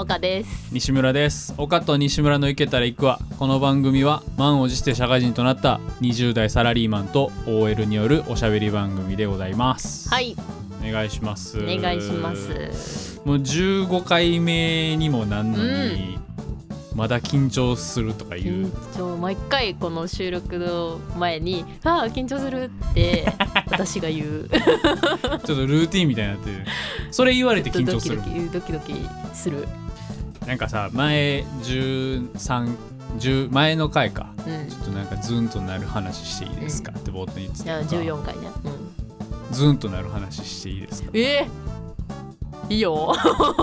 岡です。 西村です。岡と西村のいけたら行くわ。この番組は満を持して社会人となった20代サラリーマンと OL によるおしゃべり番組でございます。 はい、 お願いします。 お願いします。 もう15回目にもなんのに、まだ緊張するとか言う。 毎回この収録の前に緊張するって私が言うちょっとルーティンみたいになってる。それ言われて緊張する。 ドキドキする。 なんかさ、前前の回か、ちょっとなんかズンとなる話していいですか、って冒頭に言ってた。 14回ね、 ズンとなる話していいですか。 いいよ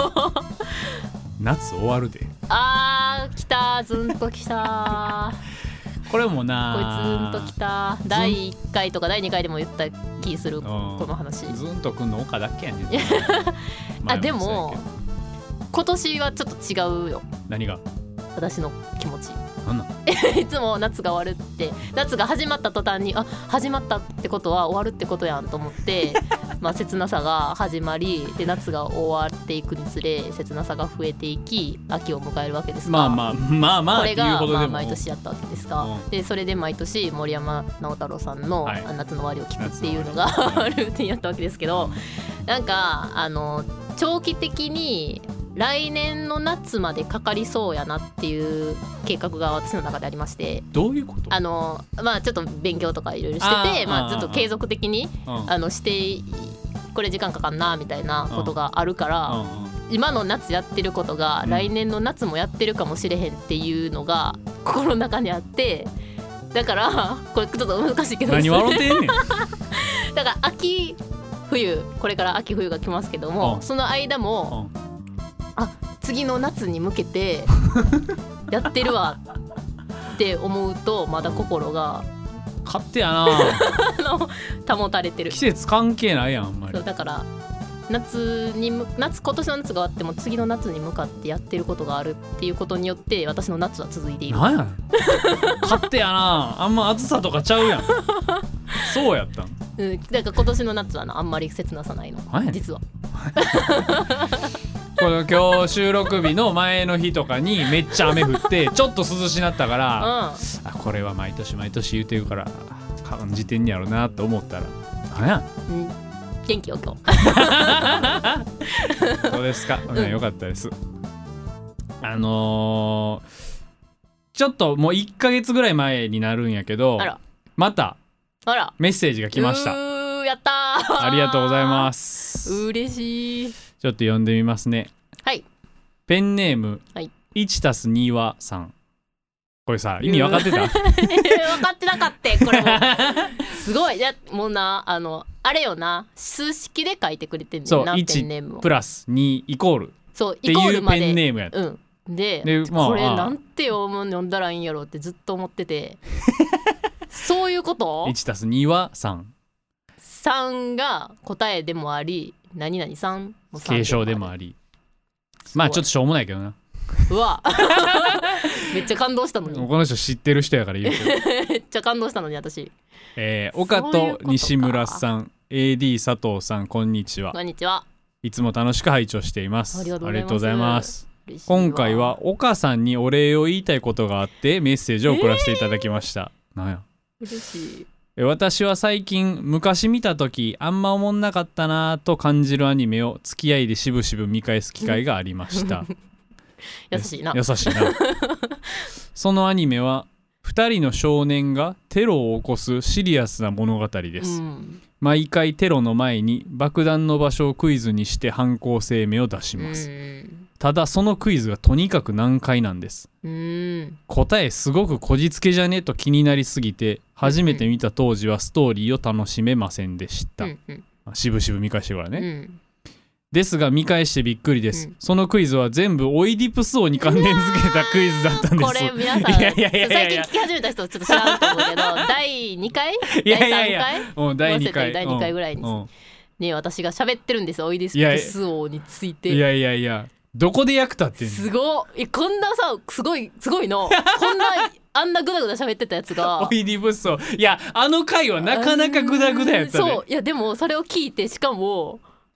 夏終わるで。 来た、ズンときたこれもな、 こいつズンときた。第1回とか第2回でも言った気する、この話。 ズンとくんの岡だけやねんでも今年はちょっと違うよ。 何が？ 私の気持ち。 なんなんいつも夏が終わるって、夏が始まった途端に始まったってことは終わるってことやんと思って切なさが始まりで、夏が終わっていくにつれ切なさが増えていき、秋を迎えるわけですが、これが毎年やったわけですが、でそれで毎年森山直太朗さんの夏の終わりを聞くっていうのがルーティンやったわけですけど、なんか長期的に来年の夏までかかりそうやなっていう計画が私の中でありまして。 どういうこと？ ちょっと勉強とかいろいろしてて、ずっと継続的にしてこれ時間かかんなみたいなことがあるから、今の夏やってることが来年の夏もやってるかもしれへんっていうのが心の中にあって、だからこれちょっと難しいけど、 何笑ってんねんだから秋冬、これから秋冬が来ますけども、その間も次の夏に向けてやってるわって思うと、まだ心が勝手やな保たれてる。 季節関係ないやん、あんまり。 そうだから今年の夏が終わっても次の夏に向かってやってることがあるっていうことによって、私の夏は続いている。 なんや勝手やな、あんま暑さとかちゃうやんそうやったん。 だから今年の夏はあんまり切なさないの、実はこの今日収録日の前の日とかにめっちゃ雨降ってちょっと涼しなったから、これは毎年言うてるから感じてんやろなと思ったら、 元気よ今日そうですか、よかったです。ちょっともう1ヶ月ぐらい前になるんやけど、またメッセージが来ました。 やったー、 ありがとうございます。 嬉しい。 ちょっと読んでみますね。 はい。 ペンネーム、1+2 はさん。これさ、意味分かってた？ 分かってなかった。これもすごい。もうな、あれよな、数式で書いてくれてんねんな、ペンネームを。 1+2イコールっていうペンネームやった。 で、これなんて読んだらいいんやろってずっと思っててそういうこと？ 1+2 は3。 3が答えでもあり、何々3も3 継承でもあり、ちょっとしょうもないけどな。 うわめっちゃ感動したのに。 この人知ってる人やから言うけどめっちゃ感動したのに私。 岡と西村さん、 AD 佐藤さん、こんにちは。 こんにちは。 いつも楽しく拝聴しています。 ありがとうございます。今回は岡さんにお礼を言いたいことがあってメッセージを送らせていただきました。なんや、 嬉しい。 私は最近昔見た時あんま思んなかったなと感じるアニメを付き合いでしぶしぶ見返す機会がありました優しいなそのアニメは2人の少年がテロを起こすシリアスな物語です、毎回テロの前に爆弾の場所をクイズにして犯行声明を出します。ただそのクイズがとにかく難解なんです。答えすごくこじつけじゃねと気になりすぎて、初めて見た当時はストーリーを楽しめませんでした。しぶしぶ見返してからね、ですが見返してびっくりです、そのクイズは全部オイディプス王に関連付けたクイズだったんです。 これ皆さん最近聞き始めた人ちょっと知らんと思うけど第2回第3回第2回第2回ぐらいにね、私が喋ってるんです、オイディプス王について。 いやどこで役立ってんの？ すごい、こんなさ、すごいのこんなあんなグダグダ喋ってたやつがオイディプス王、いや回はなかなかグダグダやったね。 そう、いやでもそれを聞いて、しかも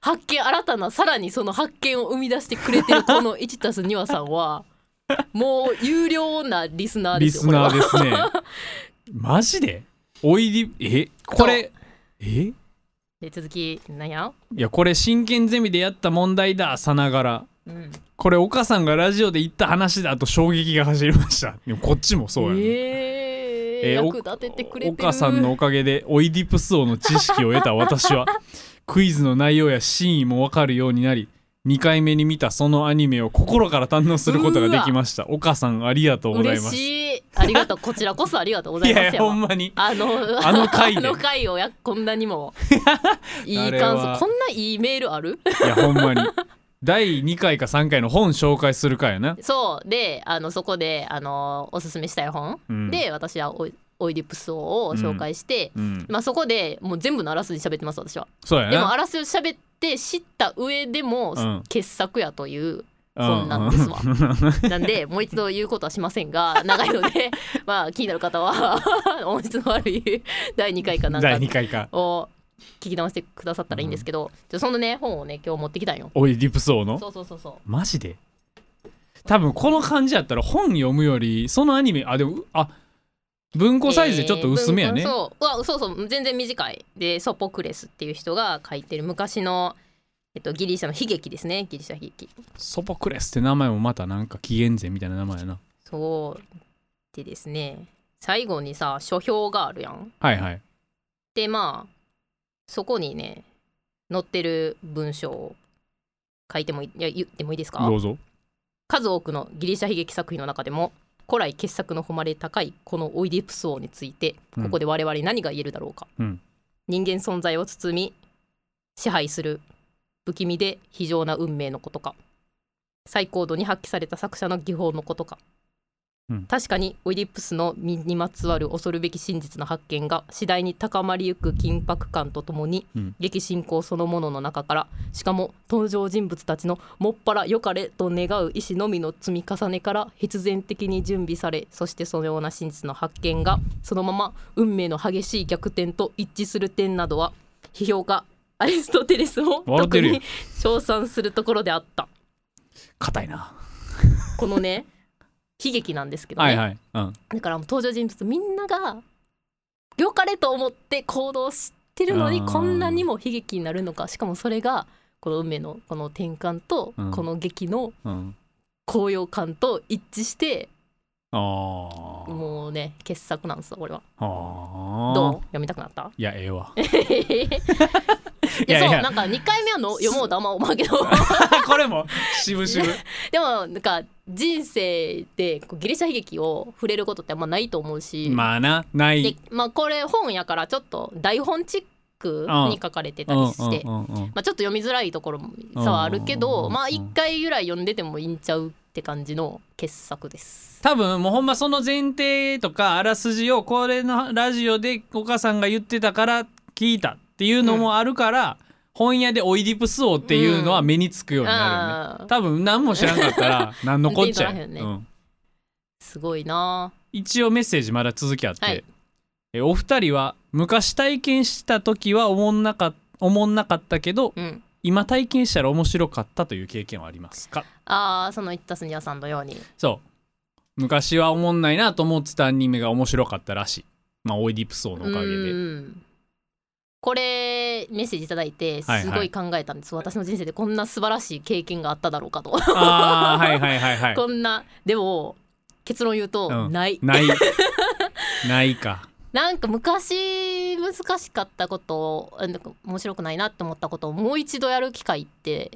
発見、新たなさらにその発見を生み出してくれてるこの1たす2はさんはもう有料なリスナーですよ。 リスナーですねマジでおいでこれで続きなんや。 いやこれ真剣ゼミでやった問題ださながら、これ岡さんがラジオで言った話だと衝撃が走りました。でもこっちもそうやね、 役立ててくれてる。 岡さんのおかげでオイディプス王の知識を得た私はクイズの内容や真意も分かるようになり、2回目に見たそのアニメを心から堪能することができました。岡さんありがとうございます。 嬉しい、ありがとう。こちらこそありがとうございます。 いやほんまにあの回で回をこんなにもいい感想、こんないいメールある？ いやほんまに第2回か3回の本紹介する回やな。 そうでそこでおすすめしたい本、で私はオイディプス王を紹介して、そこでもう全部のあらすじ喋ってます私は。 そうやな。 でもあらすじ喋って知った上でも、傑作やという本なんですわ、なんでもう一度言うことはしませんが長いので気になる方は音質の悪い第2回かなんかを聞き直してくださったらいいんですけど、そのね本をね今日持ってきたんよ。 オイディプス王の？ そうマジで？多分この感じやったら本読むよりそのアニメでも文庫サイズでちょっと薄めやね。 そう全然短いで、ソポクレスっていう人が書いてる昔の、ギリシャの悲劇ですね。ギリシャ悲劇。 ソポクレスって名前もまたなんか紀元前みたいな名前やな。 そうでですね、最後にさ書評があるやん。 はいはい。 でそこにね載ってる文章を書いても言ってもいいですか？ どうぞ。数多くのギリシャ悲劇作品の中でも古来傑作の誉れ高いこのオイディプス王について、ここで我々何が言えるだろうか、人間存在を包み支配する不気味で非常な運命のことか、最高度に発揮された作者の技法のことか、確かにオイディプスの身にまつわる恐るべき真実の発見が次第に高まりゆく緊迫感とともに、劇進行そのものの中から、しかも登場人物たちのもっぱら良かれと願う意志のみの積み重ねから必然的に準備され、そしてそのような真実の発見がそのまま運命の激しい逆転と一致する点などは、批評家アリストテレスを特に称賛するところであった。 硬いなこのね悲劇なんですけどね、だから登場人物みんなが良かれと思って行動してるのに、こんなにも悲劇になるのか。しかもそれがこの運命のこの転換と、この劇の高揚感と一致して、もうね傑作なんですよこれは。どう？読みたくなった？ いやええわいやそうなんか2回目は読もうとあんま思うけどこれも渋々 でもなんか人生でギリシャ悲劇を触れることってあんまないと思うし、 ないで、これ本やからちょっと台本チックに書かれてたりして、ちょっと読みづらいところもさはあるけど、1回ぐらい読んでてもいいんちゃうって感じの傑作です。 多分もうほんまその前提とかあらすじをこれのラジオでお母さんが言ってたから聞いたっていうのもあるから、本屋でオイディプス王っていうのは目につくようになるよね、多分何も知らんかったら何のこっちゃすごいな。 一応メッセージまだ続きあって、お二人は昔体験した時はおもんなかったけど、今体験したら面白かったという経験はありますか？ そのイッタスニアさんのように。 そう昔はおもんないなと思ってたアニメが面白かったらしい。オイディプス王のおかげで。 これメッセージいただいてすごい考えたんです、私の人生でこんな素晴らしい経験があっただろうかとこんな。でも結論言うと、ないか。なんか昔難しかったことなんか面白くないなって思ったことをもう一度やる機会って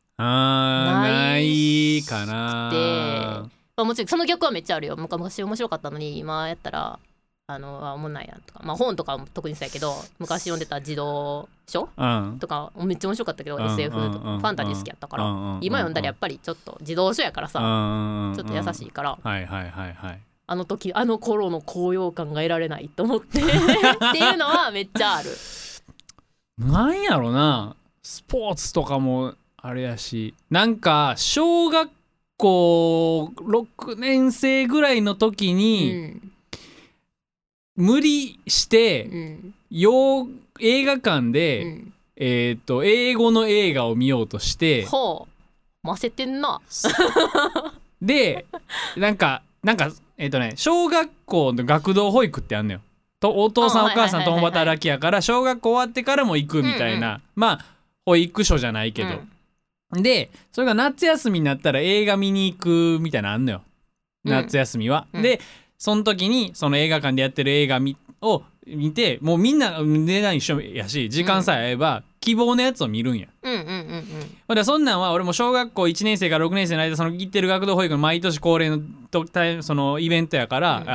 ないかな。 もちろんその逆はめっちゃあるよ。昔面白かったのに今やったら思んないやんとか、本とかも特にそうやけど、昔読んでた児童書、とかめっちゃ面白かったけど、SF とかファンタジー好きやったから、今読んだらやっぱりちょっと児童書やからさ、ちょっと優しいから、あの時あの頃の高揚感が得られないと思ってっていうのはめっちゃある。 なんやろな、スポーツとかもあれやし、なんか小学校6年生ぐらいの時に、無理して、映画館で、 英語の映画を見ようとしてほうませてんなでなんか小学校の学童保育ってあんのよとお父さんお母さん共働きやから小学校終わってからも行くみたいな、まあ保育所じゃないけど、でそれが夏休みになったら映画見に行くみたいなのあんのよ夏休みは、でその時にその映画館でやってる映画を見てもうみんな値段一緒やし時間さえ合えば希望のやつを見るんや。でそんなんは俺も小学校1年生から6年生の間その行ってる学童保育の毎年恒例のそのイベントやから、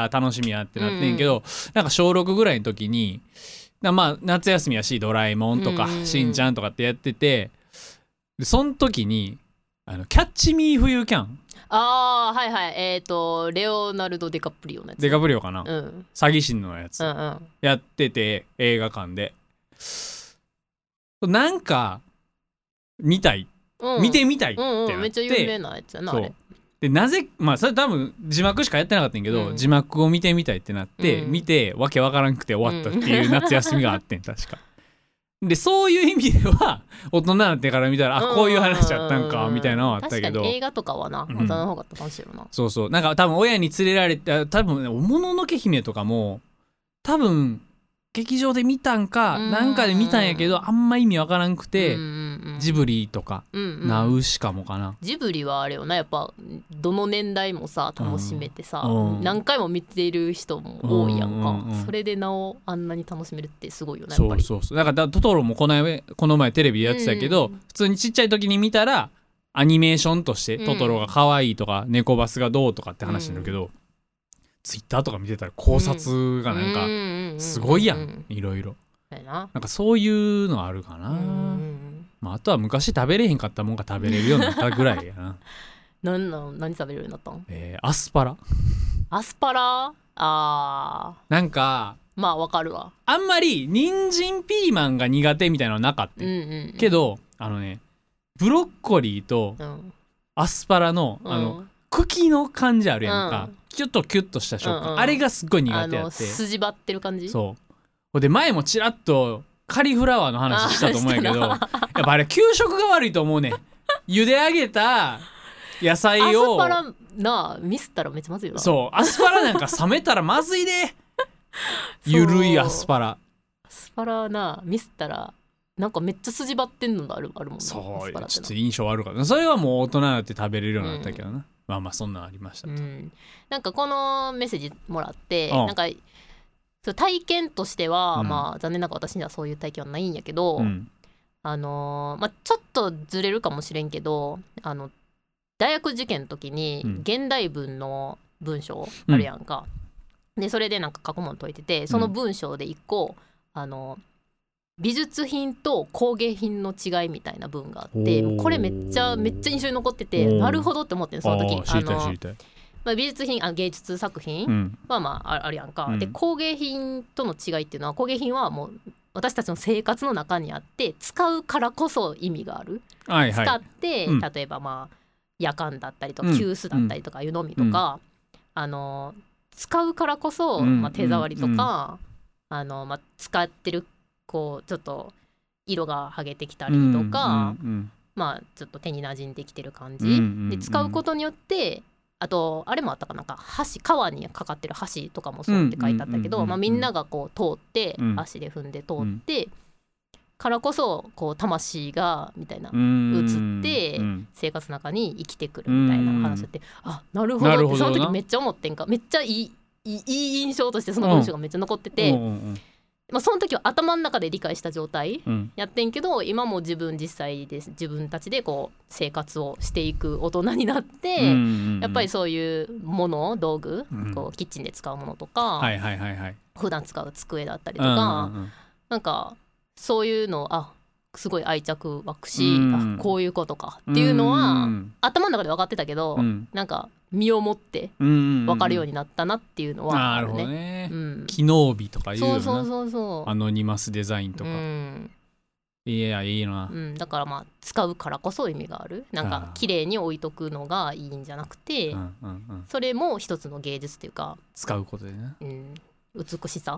楽しみやってなってんけど、なんか小6ぐらいの時にまあ夏休みやしドラえもんとか、しんちゃんとかってやっててでその時にキャッチミーフユーキャンはいはいレオナルド・デカプリオのやつデカプリオかな、詐欺師のやつ、やってて映画館でなんか見たい、見てみたいってなって、 めっちゃ有名なやつやなあれでなぜまあそれ多分字幕しかやってなかったんやけど、字幕を見てみたいってなって、見てわけわからんくて終わったっていう夏休みがあってん確かでそういう意味では大人になってから見たらこういう話やったんかみたいなのはあったけど、 確かに映画とかはな大人の方が楽しいよな、 そうそうなんか多分親に連れられて多分ねおもののけ姫とかも多分劇場で見たんかなんかで見たんやけどあんま意味わからんくて、ジブリとか、ナウシカもかな。 ジブリはあれよなやっぱどの年代もさ楽しめてさ、何回も見ている人も多いやんか、それでなおあんなに楽しめるってすごいよねやっぱり。 そうだからトトロもこの前テレビでやってたけど、普通にちっちゃい時に見たらアニメーションとしてトトロが可愛いとか、猫バスがどうとかって話になるけど、ツイッターとか見てたら考察がなんかすごいやん、いろいろなんかそういうのあるかな、まあ、あとは昔食べれへんかったもんが食べれるようになったぐらいやな何食べれるようになったん？ アスパラなんかまあわかるわ。 あんまり人参ピーマンが苦手みたいなのはなかった、けどブロッコリーとアスパラの、茎の感じあるやんか、ちょっとキュッとした食感、あれがすっごい苦手やって筋張ってる感じ。 そうで前もちらっとカリフラワーの話したと思うんやけどやっぱあれ給食が悪いと思うねん茹で上げた野菜をアスパラなミスったらめっちゃまずいよな。 そうアスパラなんか冷めたらまずいでゆるいアスパラなミスったらなんかめっちゃ筋張ってんのがあるもんね。 そうちょっと印象悪かった。それはもう大人になって食べれるようになったけどな、まあそんなんありましたと、 なんかこのメッセージもらってなんか体験としては、まあ残念ながら私にはそういう体験はないんやけど、まあ、ちょっとずれるかもしれんけど大学受験の時に現代文の文章あるやんか、でそれでなんか過去問解いててその文章で一個美術品と工芸品の違いみたいな文があって、これめっちゃ印象に残っててなるほどって思ってんその時。まあ、美術品芸術作品はまああるやんか、で工芸品との違いっていうのは工芸品はもう私たちの生活の中にあって使うからこそ意味がある、使って、例えばまあ夜間だったりとか急須だったりとか湯飲みとか、使うからこそ、まあ、手触りとか、まあ、使ってるこうちょっと色が剥げてきたりとか、まあちょっと手に馴染んできてる感じ、で使うことによってあとあれもあったかなんか川にかかってる橋とかもそうって書いてあったけど、まあみんながこう通って足で踏んで通ってからこそこう魂がみたいな移って生活の中に生きてくるみたいな話って、なるほどってその時めっちゃ思ってんか、めっちゃいい印象としてその文章がめっちゃ残ってて、まあ、その時は頭の中で理解した状態やってんけど、今も実際で自分たちでこう生活をしていく大人になって、やっぱりそういうもの道具、こうキッチンで使うものとか、普段使う机だったりとか、なんかそういうのすごい愛着湧くし、こういうことかっていうのは頭の中で分かってたけど、なんか身をもって分かるようになったなっていうのはあるね。 なるほどね、機能美とかいうような、 そうアノニマスデザインとか、いいな、 だからまあ使うからこそ意味がある、なんか綺麗に置いとくのがいいんじゃなくて、それも一つの芸術っていうか使うことでね、 美しさ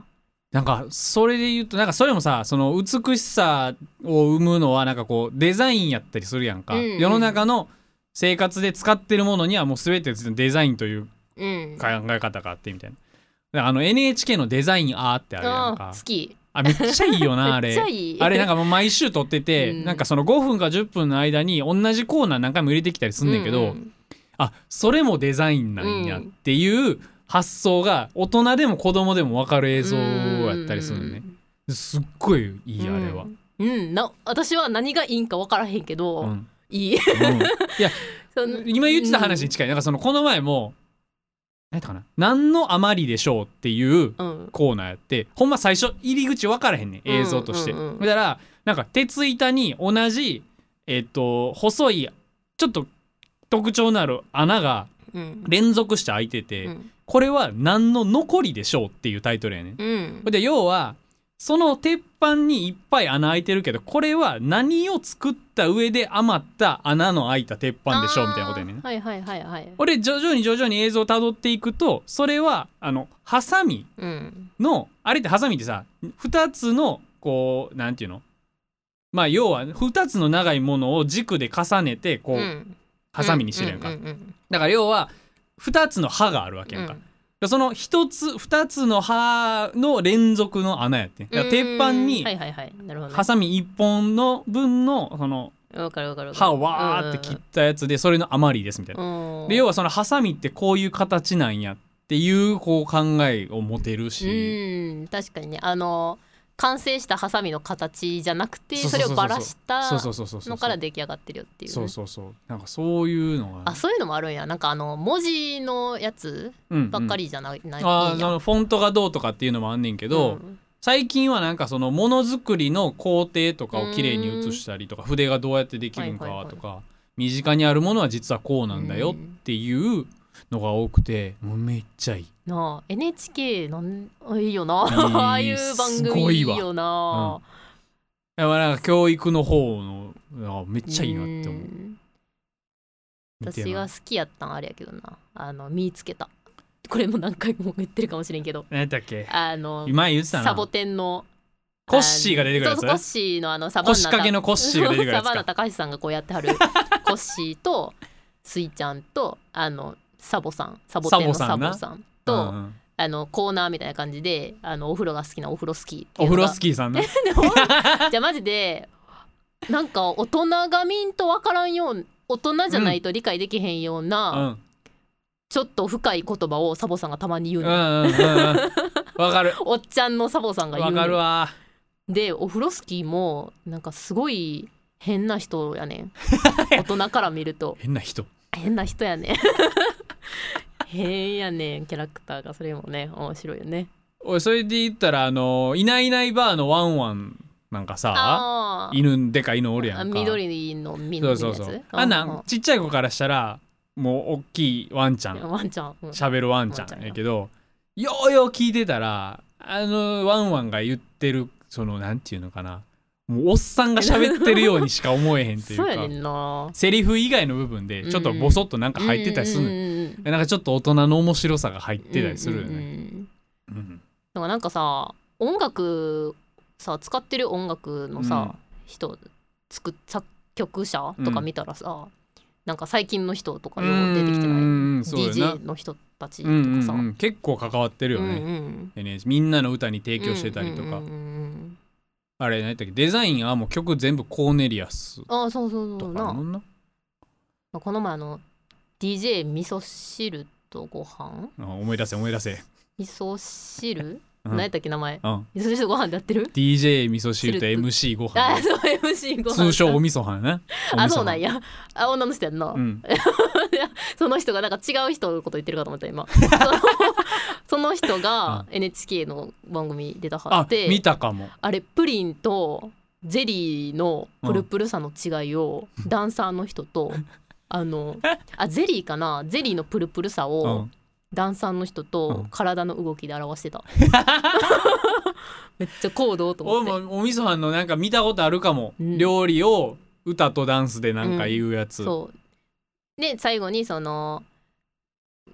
なんかそれで言うとなんかそれもさその美しさを生むのはなんかこうデザインやったりするやんか、 うんうん、 世の中の生活で使ってるものにはもう全てデザインという考え方があってみたいな。だからNHK のデザインってあるやんか。 好き。 めっちゃいいよなあれ。 めっちゃいい。 あれなんかもう毎週撮ってて、なんかその5分か10分の間に同じコーナー何回も入れてきたりすんねんけど、それもデザインなんやっていう発想が大人でも子供でも分かる映像やったりするのね。すっごいいいあれは。 私は何がいいんか分からへんけど、いい。いや今言ってた話に近い。なんかそのこの前も何かな、何の余りでしょうっていうコーナーやって、ほんま最初入り口分からへんねん映像として。だからなんか鉄板に同じ細いちょっと特徴のある穴が連続して開いてて、これは何の残りでしょうっていうタイトルやねん。で要はその鉄板にいっぱい穴開いてるけど、これは何を作った上で余った穴の開いた鉄板でしょうみたいなことやねん。 はいはいはいはい。 俺徐々に映像をたどっていくと、それはハサミの、あれってハサミってさ2つのこうなんていうの、まあ要は2つの長いものを軸で重ねてこう、ハサミにしてるやんか。だから要は2つの刃があるわけやんか。その2つの刃の連続の穴やってん。鉄板にハサミ1本の分のその刃をわーって切ったやつで、それの余りですみたいな。で要はそのハサミってこういう形なんやっていうこう考えを持てるし、 確かにね、完成したハサミの形じゃなくて、それをばらしたのから出来上がってるよっていう、ね、 そうなんかそういうのがそういうのもあるんや。なんか文字のやつばっかりじゃない、 フォントがどうとかっていうのもあんねんけど、最近はなんかそのものづくりの工程とかをきれいに写したりとか、筆がどうやってできるんかとか、身近にあるものは実はこうなんだよっていうのが多くて、もうめっちゃいいなあ。 NHK いいよなああいう番組いいよな。 だからなんか教育の方のめっちゃいいなって思う。 私が好きやったんあれやけどな、見つけた。これも何回も言ってるかもしれんけど、 何だっけ、今言ってたな、 サボテンのコッシーが出てくるやつ。 コッシーのサバンナ腰掛けのコッシーが出てくるやつか。 サバンナ高橋さんがこうやってはるコッシーとスイちゃんとサボテンのサボさんと、コーナーみたいな感じでお風呂が好きなお風呂スキーっていうのが、 お風呂スキーさんねじゃあマジでなんか大人が見んと分からんよう、大人じゃないと理解できへんような、ちょっと深い言葉をサボさんがたまに言うの。 わかる。 おっちゃんのサボさんが言うの。 わかるわ。 でお風呂スキーもなんかすごい変な人やねん大人から見ると変な人やねん変やねんキャラクターが。それもね面白いよね。 俺それで言ったらいないいないばーのワンワンなんかさ、でかい犬おるやんか。 緑のミニのやつ。 そうちっちゃい子からしたらもう大きいワンちゃん喋るワンちゃんやけど、ようよう聞いてたらワンワンが言ってるそのなんていうのかな、もうおっさんが喋ってるようにしか思えへんっていうかそうやねんな。 セリフ以外の部分でちょっとボソッとなんか入ってたりするの、なんかちょっっと大人の面白さが入ってたりするよね。 なんかさ、音楽さ使ってる音楽のさ、人作曲者とか見たらさ、なんか最近の人とかよう出てきてない？ DJ の人たちとかさ、 結構関わってるよね。みんなの歌に提供してたりとか、あれ何やったっけ、デザインはもう曲全部コーネリアスとか。 そうな。この前DJ 味噌汁とご飯、 思い出せ味噌汁何やったっけ名前、 味噌汁とご飯でやってる DJ 味噌汁と MC ご飯。 そう MC ご飯、 通称お味噌飯ね。 そうなんや。女の人やんな、その人がなんか違う人のこと言ってるかと思った今その人が NHK の番組出たはって、 見たかも。 あれプリンとゼリーのプルプルさの違いをダンサーの人とゼリーかな、ゼリーのプルプルさをダンサーの人と体の動きで表してためっちゃ高度と思って。 お味噌飯のなんか見たことあるかも、料理を歌とダンスでなんか言うやつ、 そうで最後にその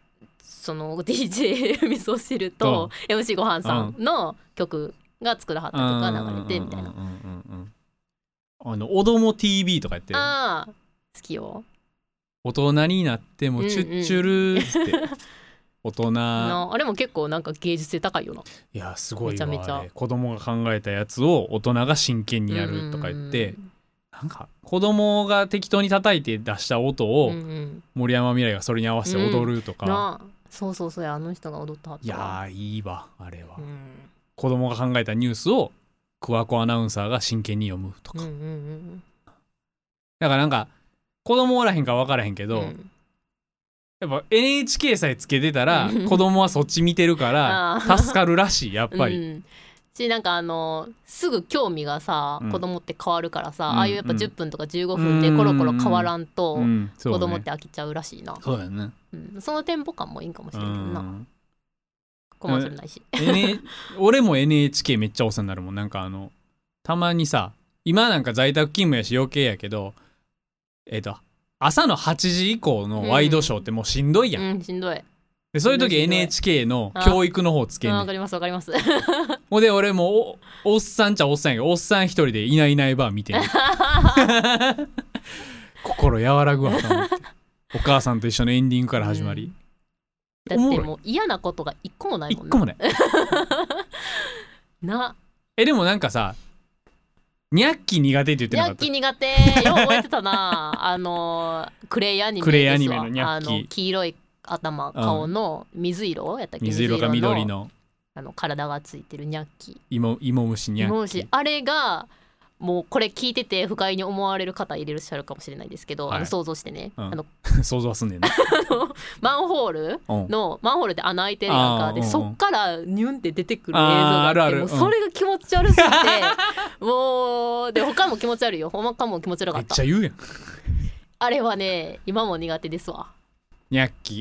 その DJ 味噌汁と MC ごはんさんの曲が作らはった曲が流れてみたいな。 おども TV とかやってる。 ああ好きよ。 大人になってもチュッチュルーって、大人あれも結構なんか芸術性高いよな。 いやすごいわ。 めちゃめちゃ子供が考えたやつを大人が真剣にやるとか言って、なんか子供が適当に叩いて出した音を森山未來がそれに合わせて踊るとか、 そうそうそうや、あの人が踊ったはった。 いやいいわあれは、子供が考えたニュースを桑子アナウンサーが真剣に読むとか、だからなんか子供おらへんか分からへんけど、やっぱ NHK さえつけてたら子供はそっち見てるから助かるらしいやっぱり。 なんかすぐ興味がさ、子供って変わるからさ、ああいうやっぱ10分とか15分でコロコロ変わらんと子供って飽きちゃうらしいな。 そうだね。 そのテンポ感もいいかもしれんけどな。コマーシャルないし。 俺も NHK めっちゃお世話になるもん。なんかたまにさ、今なんか在宅勤務やし余計やけど、朝の8時以降のワイドショーってもうしんどいやん。 しんどい。 でそういう時 NHK の教育の方つけんねん。 わかりますわかります。 ほんで俺も おっさんちゃおっさんやけど、おっさん一人でいないいないばー見てんねん。心和らぐわと思って。お母さんと一緒のエンディングから始まり、 だってもう嫌なことが一個もないもんな。 一個もないな。 でもなんかさ、ニャッキ苦手って言ってなかった？ ニャッキ苦手よう覚えてたな。クレイアニメですわ。クレイアニメのニャッキ、黄色い頭顔の水色やったっけ、 水色か緑の体がついてるニャッキ、 芋虫ニャッキ、 あれがもうこれ聞いてて不快に思われる方いらっしゃるかもしれないですけど、想像してね、 想像はすんねんな。 マンホールで穴開いてるやんか、でそっからニュンって出てくる映像があって、もうそれが気持ち悪すぎて、もうで他も気持ち悪いよ。他も気持ち悪かった。 めっちゃ言うやん。 あれはね今も苦手ですわ。 ニャッキ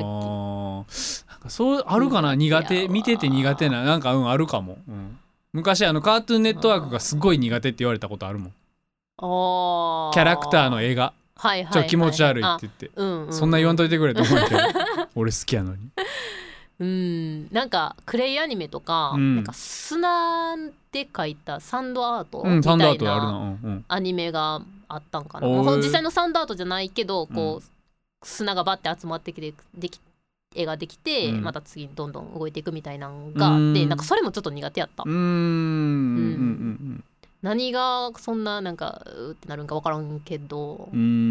そうあるかな、苦手、見てて苦手な、なんかあるかも、昔カートゥーンネットワークがすごい苦手って言われたことあるもん。キャラクターの絵がちょっと気持ち悪いって言って、そんな言わんといてくれと思うけど俺好きやのに。 なんかクレイアニメとか、なんか砂で描いたサンドアートみたいなアニメがあったんかな。実際のサンドアートじゃないけど、こう砂がバッて集まってきて絵ができて、また次にどんどん動いていくみたいなのがあって、なんかそれもちょっと苦手やった。何がそんななんかうってなるんか分からんけど、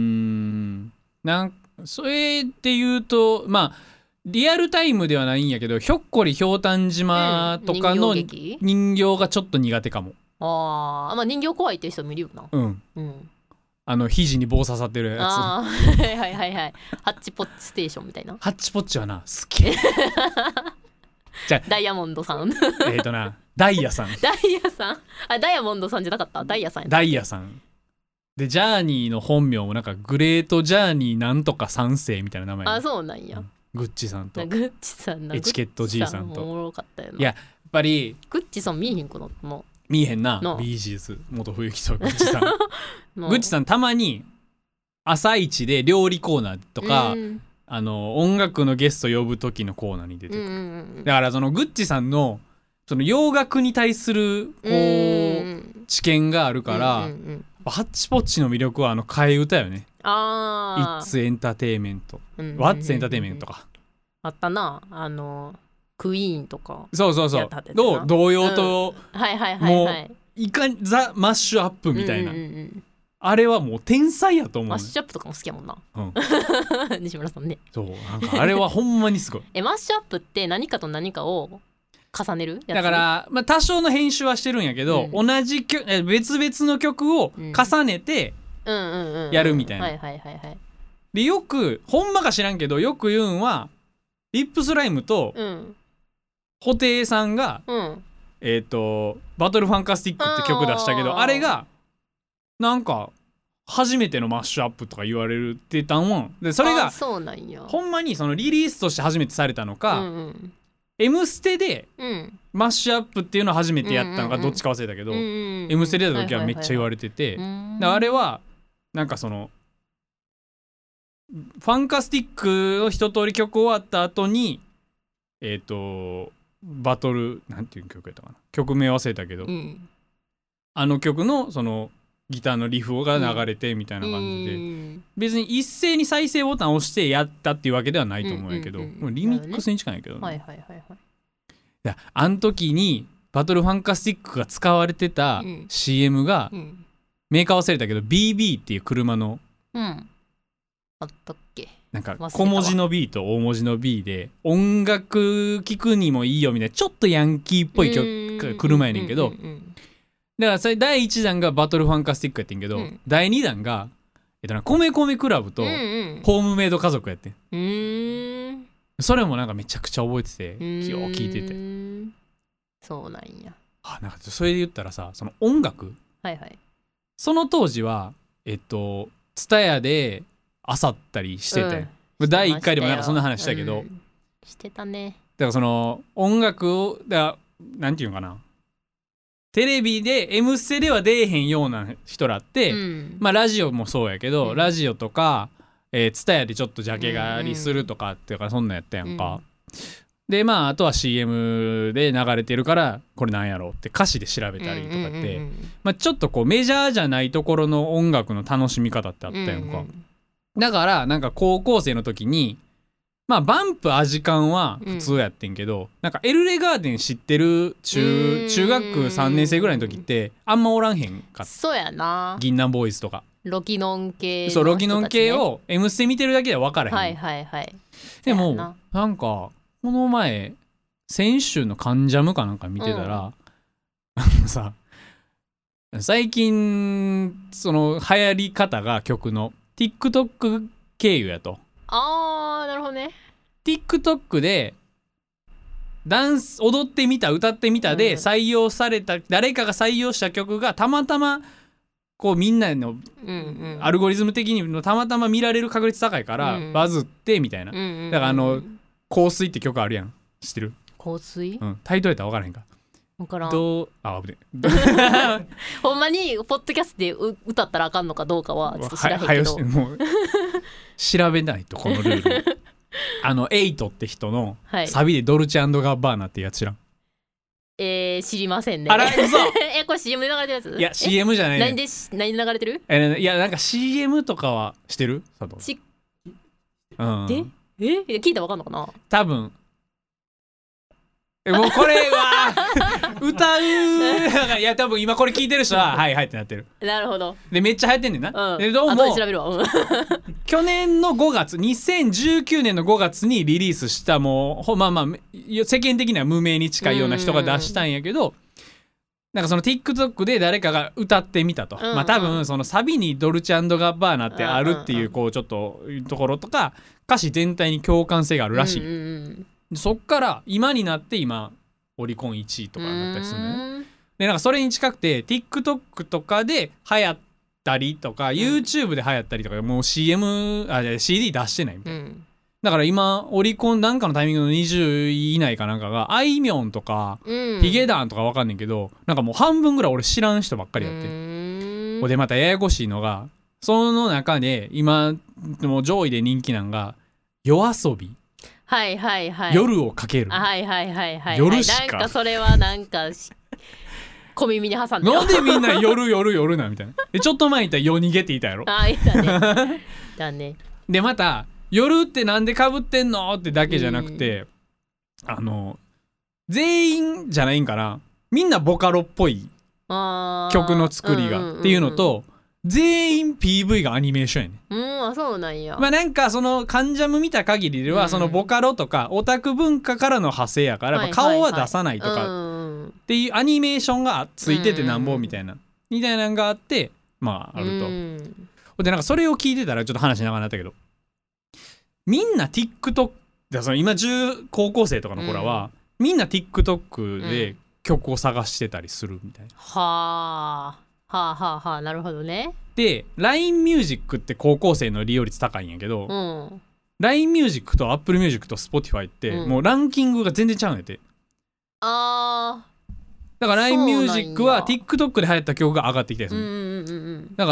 それで言うと、まあリアルタイムではないんやけど、ひょっこりひょうたん島とかの人形がちょっと苦手かも。 まあ人形怖いっていう人もいるよな。 肘に棒刺さってるやつ。 はいはいはいはい。ハッチポッチステーションみたいな。 ハッチポッチはな好き。 じゃダイヤモンドさん。 ダイヤさん。 ダイヤモンドさんじゃなかった。ダイヤさん。 ダイヤさん。でジャーニーの本名もなんかグレートジャーニーなんとか3世みたいな名前。 そうなんや。 グッチさんと。 グッチさん。 エチケット G さんと。 おもろかったよな。 いややっぱりグッチさん見えへんくなったの。 見えへんな。ビージーズ元冬木とグッチさん。グッチさんたまに朝一で料理コーナーとか、音楽のゲスト呼ぶ時のコーナーに出てくる。だからそのグッチさんのその洋楽に対するこう知見があるから、ハッチポッチの魅力は替え歌よね。It's Entertainment、What's Entertainment とかあったな。クイーンとか。 そう童謡ともういかにザ・マッシュアップみたいな、あれはもう天才やと思う。 マッシュアップとかも好きやもんな、西村さんね。 そうなんかあれはほんまにすごい。 マッシュアップって何かと何かを重ねるやつだから、多少の編集はしてるんやけど、同じ別々の曲を重ねてやるみたいな。でよくほんまか知らんけどよく言うんはリップスライムと、布袋さんが、バトルファンカスティックって曲出したけど、あれがなんか初めてのマッシュアップとか言われるって言ったんはで、それがほんまにそのリリースとして初めてされたのか、M ステでマッシュアップっていうのを初めてやったのかどっちか忘れたけど、M ステで出た時はめっちゃ言われてて、あれはなんかそのファンカスティックの一通り曲終わった後にバトルなんていう曲やったかな、曲名忘れたけど、あの曲のそのギターのリフが流れてみたいな感じで、別に一斉に再生ボタンを押してやったっていうわけではないと思うんやけど、リミックスに近いけどね。あの時にバトルファンカスティックが使われてた CM が、メーカー忘れたけど BB っていう車の、 あったっけ、 なんか小文字の B と大文字の B で音楽聴くにもいいよみたいなちょっとヤンキーっぽい車やねんけど、だからそれ第1弾がバトルファンカスティックやってんけど、第2弾が米米クラブとホームメイド家族やってん、それもなんかめちゃくちゃ覚えててよう聞いてて、 そうなんや。 なんかそれで言ったらさ、その音楽、その当時はTSUTAYAで漁ったりしてて、第1回でもなんかそんな話したけど、 してたね。 だからその音楽をなんていうのかな、テレビで M ステでは出えへんような人らって、まあラジオもそうやけど、ラジオとかTSUTAYAでちょっとジャケ狩りするとかっていうかそんなんやったやんか、でまああとは CM で流れてるからこれなんやろうって歌詞で調べたりとかって、まあちょっとこうメジャーじゃないところの音楽の楽しみ方ってあったやんか、だからなんか高校生の時にまあバンプアジカンは普通やってんけど、なんかエルレガーデン知ってる中学3年生ぐらいの時ってあんまおらんへんかった。 そうやな、 銀杏ボーイズとかロキノン系の人たちね、 そうロキノン系を M ステ見てるだけでは分からへん、でもなんかこの前先週のカンジャムかなんか見てたら、さ最近その流行り方が曲の TikTok 経由やと。 なるほどね。 TikTok で踊ってみた歌ってみたで採用された、誰かが採用した曲がたまたまこうみんなのアルゴリズム的にたまたま見られる確率高いからバズってみたいな、だから香水って曲あるやん、知ってる？ 香水、 タイトルやったら分からへんか。 分からん。 危ねほんまにポッドキャストで歌ったらあかんのかどうかはちょっと知らへんけど、 もう調べないとこのルールエイトって人のサビでドルチェ&ガッバーナってやつ知らん？ 知りませんね。 あら嘘これ CM で流れてるやつ？ いや CM じゃない、ね、 何で流れてる？ いやなんか CM とかはしてる？佐藤で聞いたら分かんのかな？ 多分もうこれは歌ういや多分今これ聞いてる人ははいはいってなってる。 なるほど。 でめっちゃ流行ってんねんな、 でどうも後で調べるわ、 去年の5月2019年の5月にリリースしたもうまあ世間的には無名に近いような人が出したんやけど、なんかその TikTok で誰かが歌ってみたと、まあ多分そのサビにドルチェ&ガッバーナってあるっていうこうちょっとところとか歌詞全体に共感性があるらしい、そっから今になって今オリコン1位とかになったりするのね。でなんかそれに近くて TikTok とかで流行ったりとか、YouTube で流行ったりとかもう CD 出してないみたいな、だから今オリコンなんかのタイミングの20位以内かなんかがあいみょんとか、ヒゲダンとか分かんねんけど、なんかもう半分ぐらい俺知らん人ばっかりやって、でまたややこしいのがその中で今もう上位で人気なんが夜遊び、夜をかける、夜しかなんかそれはなんか小耳に挟んでなんでみんな夜なみたいなちょっと前に言ったら夜逃げって言ったやろ。 いたねだね。 でまた夜ってなんでかぶってんのってだけじゃなくて、全員じゃないんかな、みんなボカロっぽい曲の作りがっていうのと、全員 PV がアニメーションやねん。そうなんや。 まあなんかそのカンジャム見た限りでは、そのボカロとかオタク文化からの派生やから、顔は出さないとかっていうアニメーションがついててなんぼみたいなのがあって、まああると。でなんかそれを聞いてたらちょっと話長くなったけど、みんな TikTok でその今高校生とかの子らは、みんな TikTok で曲を探してたりするみたいな。 はあなるほどね。 で LINE ミュージックって高校生の利用率高いんやけど、LINE ミュージックと Apple ミュージックと Spotify って、もうランキングが全然ちゃうんやて。だから LINE ミュージックは TikTok で流行った曲が上がってきたりする。だから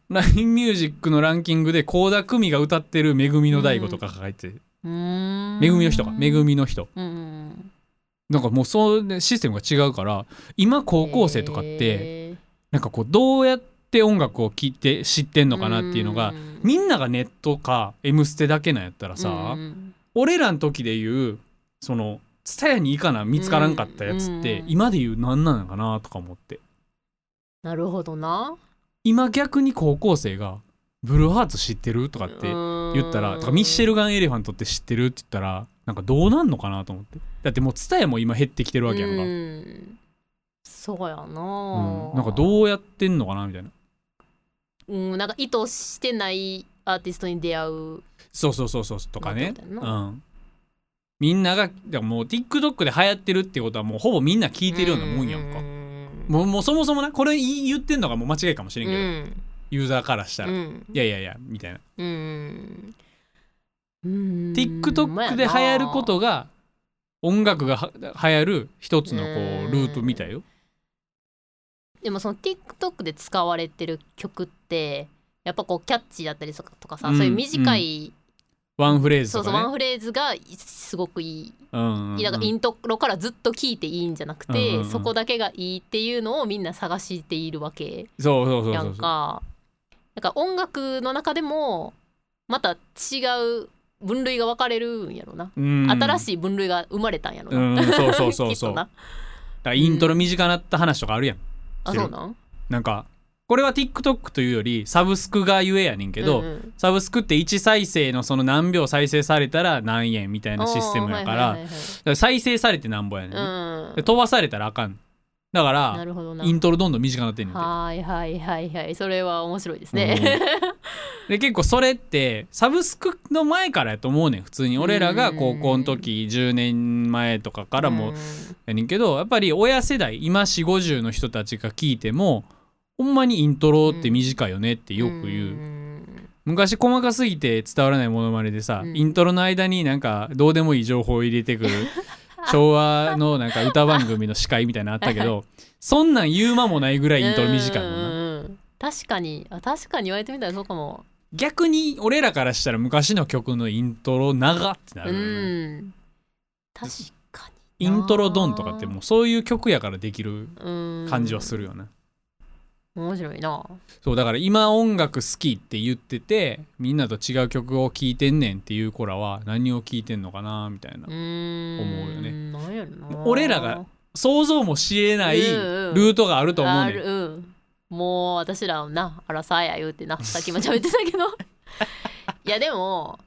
LINE ミュージックのランキングで倖田來未が歌ってる「めぐみの大悟」とか書いてて、めぐみの人か、めぐみの人、なんかもうそうシステムが違うから、今高校生とかってなんかこうどうやって音楽を聴いて知ってんのかなっていうのが、みんながネットか「M ステ」だけなんやったらさ、俺らの時で言うそのTSUTAYAに行かな見つからんかったやつって今で言う何なのかなとか思って。 なるほどな。 今逆に高校生がブルーハーツ知ってるとかって言ったら、とかミッシェルガン・エレファントって知ってるって言ったらなんかどうなんのかなと思って。だってもうTSUTAYAも今減ってきてるわけやんか。 そうやな、 なんかどうやってんのかなみたいな。 なんか意図してないアーティストに出会う、 そうとかね。みんながもう TikTok で流行ってるってことはもうほぼみんな聞いてるようなもんやんか。もうそもそもな、これ言ってんのがもう間違いかもしれんけど、ユーザーからしたら、いやみたいな。TikTok で流行ることが音楽が流行る一つのこうルートみたいよ。 でもその TikTok で使われてる曲ってやっぱこうキャッチーだったりとかさ、そういう短いワンフレーズとかね。 そうワンフレーズがすごくいい。だからイントロからずっと聴いていいんじゃなくて、そこだけがいいっていうのをみんな探しているわけやんか。なんか音楽の中でもまた違う分類が分かれるんやろな。新しい分類が生まれたんやろな。 そうだからイントロ短なった話とかあるやん。 そうなん？ なんかこれは TikTok というよりサブスクがゆえやねんけど、サブスクって1再生のその何秒再生されたら何円みたいなシステムやから、だから再生されてなんぼやねん、で飛ばされたらあかん。だからイントロどんどん短くなってんねんて。 はいそれは面白いですね。 で結構それってサブスクの前からやと思うねん。普通に俺らが高校の時10年前とかからもやねんけど、やっぱり親世代今4、50の人たちが聞いてもほんまにイントロって短いよねってよく言う。昔細かすぎて伝わらないモノマネでさ、イントロの間になんかどうでもいい情報を入れてくる昭和のなんか歌番組の司会みたいなのあったけどそんなん言う間もないぐらいイントロ短いもんな。 確かに言われてみたらそうかも。 逆に俺らからしたら昔の曲のイントロ長ってなるよね。 確かにイントロドンとかってもうそういう曲やからできる感じはするよね。 面白いな。 そうだから今音楽好きって言っててみんなと違う曲を聴いてんねんっていう子らは何を聴いてんのかなみたいな思うよね。 なんやろな。 俺らが想像もしえないルートがあると思うねん。 もう私らなアラサーや言うてなさっきも喋ってたけどいやでも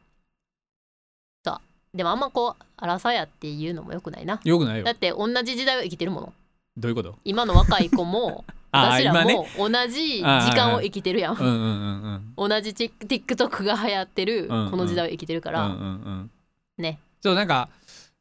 あんまこうアラサーやっていうのもよくないな。 よくないよ。 だって同じ時代を生きてるもの。 どういうこと？ 今の若い子も私らも同じ時間を生きてるやん。同じ TikTok が流行ってるこの時代を生きてるからね。 そうなんか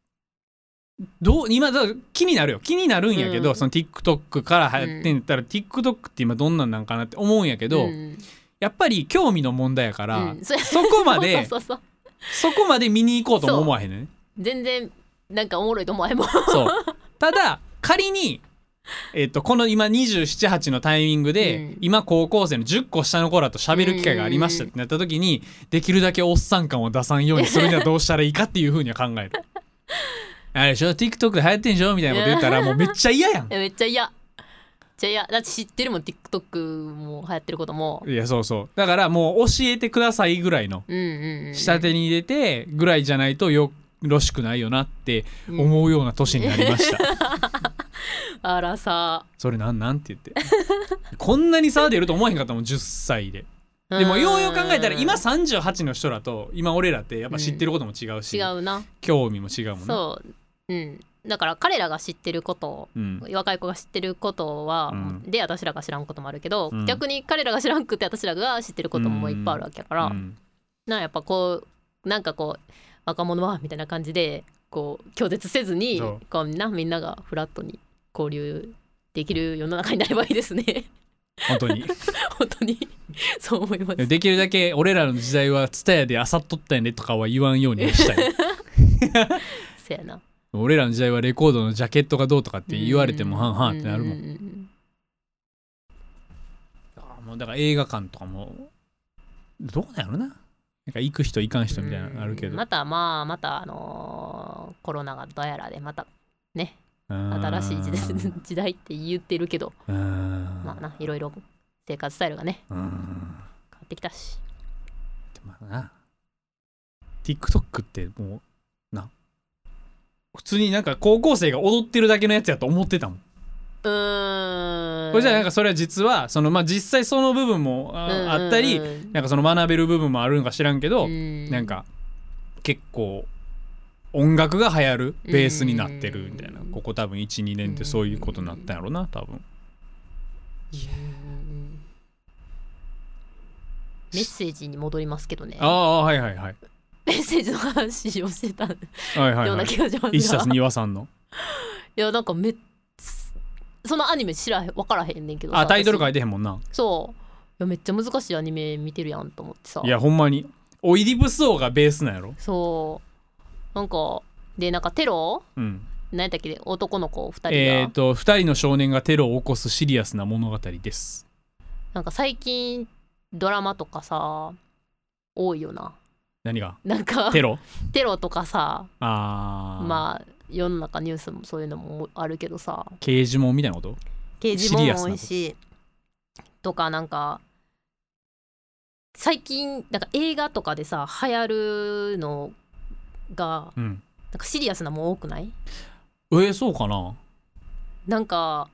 今気になるんやけど、その TikTok から流行ってんだったら、TikTok って今どんなんかなって思うんやけど、やっぱり興味の問題やから、そこまでそこまで見に行こうとも思わへんね。 全然なんかおもろいと思わへんもん。 そうただ仮にこの今27、8のタイミングで、今高校生の10個下の子らと喋る機会がありましたってなった時に、できるだけおっさん感を出さんようにするにはどうしたらいいかっていう風には考える。あれでしょ TikTok で流行ってんでしょみたいなこと言ったらもうめっちゃ嫌やん。 めっちゃ嫌だって知ってるもん TikTok も流行ってることも。 いやそうだからもう教えてくださいぐらいの下手に入れてぐらいじゃないとよろしくないよなって思うような年になりました。 あらさそれなんて言ってこんなに差出ると思わへんかったもん10歳で。でもようよう考えたら今38の人らと今俺らってやっぱ知ってることも違うし、 違うな、 興味も違うもんね。 そうだから彼らが知ってること、若い子が知ってることは、で私らが知らんこともあるけど、逆に彼らが知らんくて私らが知ってることもいっぱいあるわけやから、やっぱこうなんかこう若者はみたいな感じでこう拒絶せずにこうみんながフラットに交流できる世の中になればいいですね。 本当に本当にそう思います。 できるだけ俺らの時代はTSUTAYAであさっとったよねとかは言わんようにしたい。 せやな。 俺らの時代はレコードのジャケットがどうとかって言われてもはんはんってなるもん。 もうだから映画館とかもどうなんやろな、なんか行く人行かん人みたいなのあるけど、 またコロナがどうやらでまたね新しい時代って言ってるけど、まあないろいろ生活スタイルがね変わってきたし、 まあな TikTok ってもうな普通になんか高校生が踊ってるだけのやつやと思ってたもん。これじゃあなんかそれは実はそのまあ実際その部分もあったり、なんかその学べる部分もあるのか知らんけど、なんか結構音楽が流行るベースになってるみたいな、ここ多分 1,2 年ってそういうことになったんやろな多分。 メッセージに戻りますけどね。 はいはいはい。 メッセージの話をしてたような気がしますが、 一冊庭さんのいやなんかそのアニメ分からへんねんけどさ、 タイトル書いてへんもんな。 そういやめっちゃ難しいアニメ見てるやんと思ってさ、 いやほんまにオイディブス王がベースなんやろ。 そうなんかテロ、何やったっけ、男の子2人が 2人の少年がテロを起こすシリアスな物語です。 なんか最近ドラマとかさ多いよな。 何がなんかテロとかさ、まあ世の中ニュースもそういうのもあるけどさ、 刑事もんみたいなこと、 刑事もんも多いしとか、なんか最近なんか映画とかでさ流行るのが、なんかシリアスなもん多くない？ そうかな。 なんか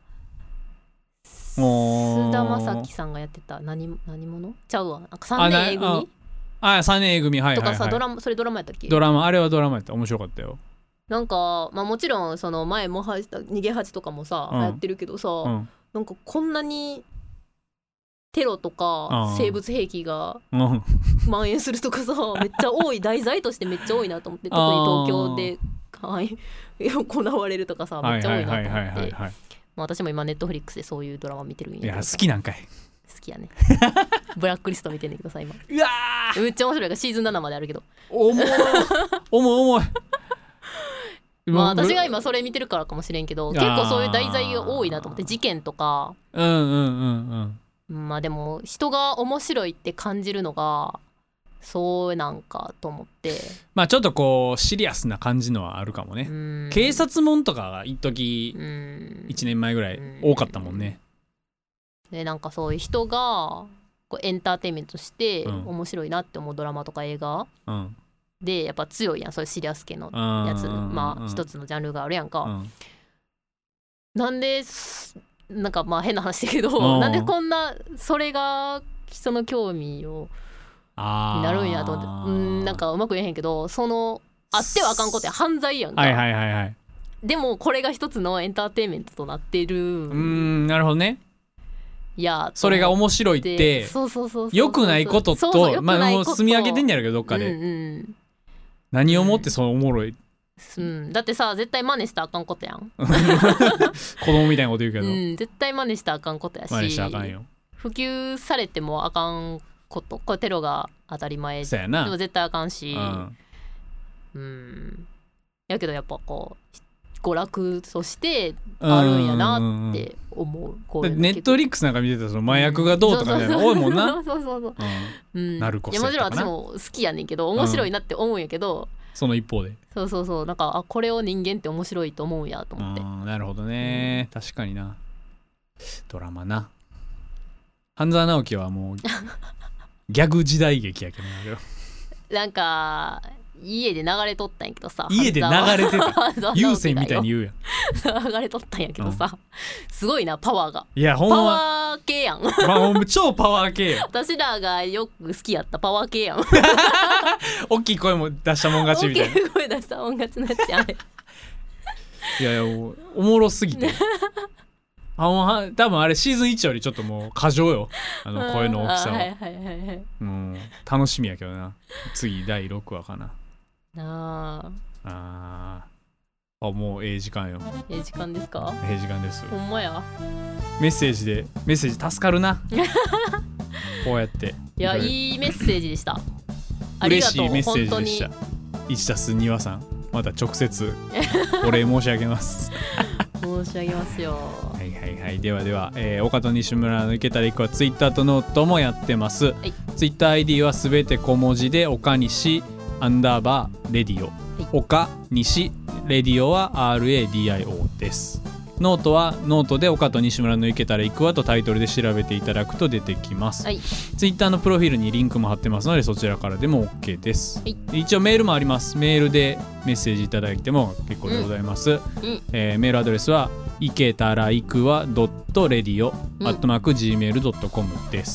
菅田将暉さんがやってた何者ちゃうわ、なんか3年 A 組 3年 A 組、はいはいはい、 とかさ、それドラマやったっけ？ あれはドラマやった。面白かったよ。 なんか、まあ、もちろんその前も逃げ恥とかもさ、やってるけどさ、なんかこんなにテロとか生物兵器が蔓延するとかさ、めっちゃ多い、題材としてめっちゃ多いなと思って、特に東京で、行われるとかさ、めっちゃ多いなと思って、私も今ネットフリックスでそういうドラマ見てるんやけど。 いや好きなんかい。 好きやねブラックリスト見てんねんけどさ今。 うわめっちゃ面白いからシーズン7まであるけど重いまあ私が今それ見てるからかもしれんけど、結構そういう題材が多いなと思って、事件とか。まあでも人が面白いって感じるのがそうなんかと思って、 まあちょっとこうシリアスな感じのはあるかもね。警察もんとかが一時1年前ぐらい多かったもんね。 でなんかそういう人がこうエンターテインメントとして面白いなって思うドラマとか映画、でやっぱ強いやん、そういうシリアス系のやつ、まあ一つのジャンルがあるやんか、なんでなんかまあ変な話だけど、なんでこんなそれが人の興味をになるんやと思って、なんかうまく言えへんけど、そのあってはあかんことや、犯罪やんか、でもこれが一つのエンターテインメントとなってる。 なるほどね。いやそれが面白いって良くないことと、まあもう積み上げてんやろうけどどっかで、何をもってそうおもろい、 だってさ絶対真似したらあかんことやん子供みたいなこと言うけど、 絶対真似したらあかんことやし、 真似したらあかんよ。 普及されてもあかんこと、これテロが当たり前でも絶対あかんし、やけどやっぱこう娯楽としてあるんやなって思う。 ネットリックスなんか見てたらその麻薬がどうとかみたいな多いもんな。ナルコセとかな。もちろん私も好きやねんけど、面白いなって思うんやけど、その一方でなんかこれを人間って面白いと思うんやと思って。なるほどね、確かにな。ドラマな、半沢直樹はもうギャグ時代劇やけどなんか家で流れとったんやけどさ、家で流れてた有線みたいに言うやん流れとったんやけどさ、すごいなパワーが。いやほんまパワー系やん超パワー系やん私らがよく好きやったパワー系やん大きい声も出したもん勝ちみたいな。大きい声出したもん勝ちのやつやんいやおもろすぎて多分あれシーズン1よりちょっともう過剰よ、声の大きさは。楽しみやけどな、次第6話かな。もう時間よ。時間ですか？時間です。ほんまや。メッセージ助かるなこうやって。いやいいメッセージでした。嬉しいメッセージでした。1+2話さん、また直接お礼申し上げます申し上げますよ。はいはいはい。 はいはい、ではでは、岡と西村のいけたらいくはツイッターとノートもやってます、 はい、 ツイッター ID はすべて小文字で岡西_レディオ、岡西レディオは RADIO です。ノートはノートで岡と西村のいけたらいくわとタイトルで調べていただくと出てきます、はい、ツイッターのプロフィールにリンクも貼ってますのでそちらからでも OK です、はい、一応メールもあります。メールでメッセージいただいても結構でございます、メールアドレスはいけたらいくわ .radio@gmail.com です。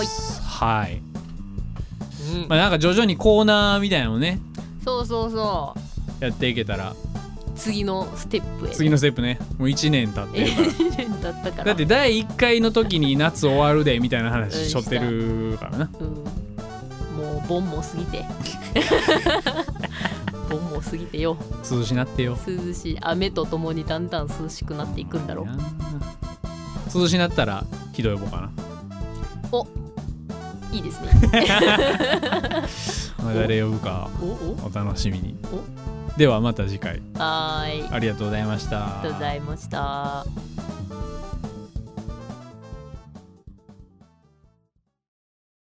はい、まあ、なんか徐々にコーナーみたいなのをねそうやっていけたら次のステップね。もう1年経ってるから 1年経ったからだって第1回の時に夏終わるでみたいな話しょってるからな、 もう盆も過ぎて盆も過ぎてよ、 涼しなってよ。 涼しい、雨とともにだんだん涼しくなっていくんだろう。 涼しなったらひどい呼ぼうかな。 お、いいですねまあ誰呼ぶかお楽しみに。ではまた次回。 はい、 ありがとうございました。 ありがとうございました。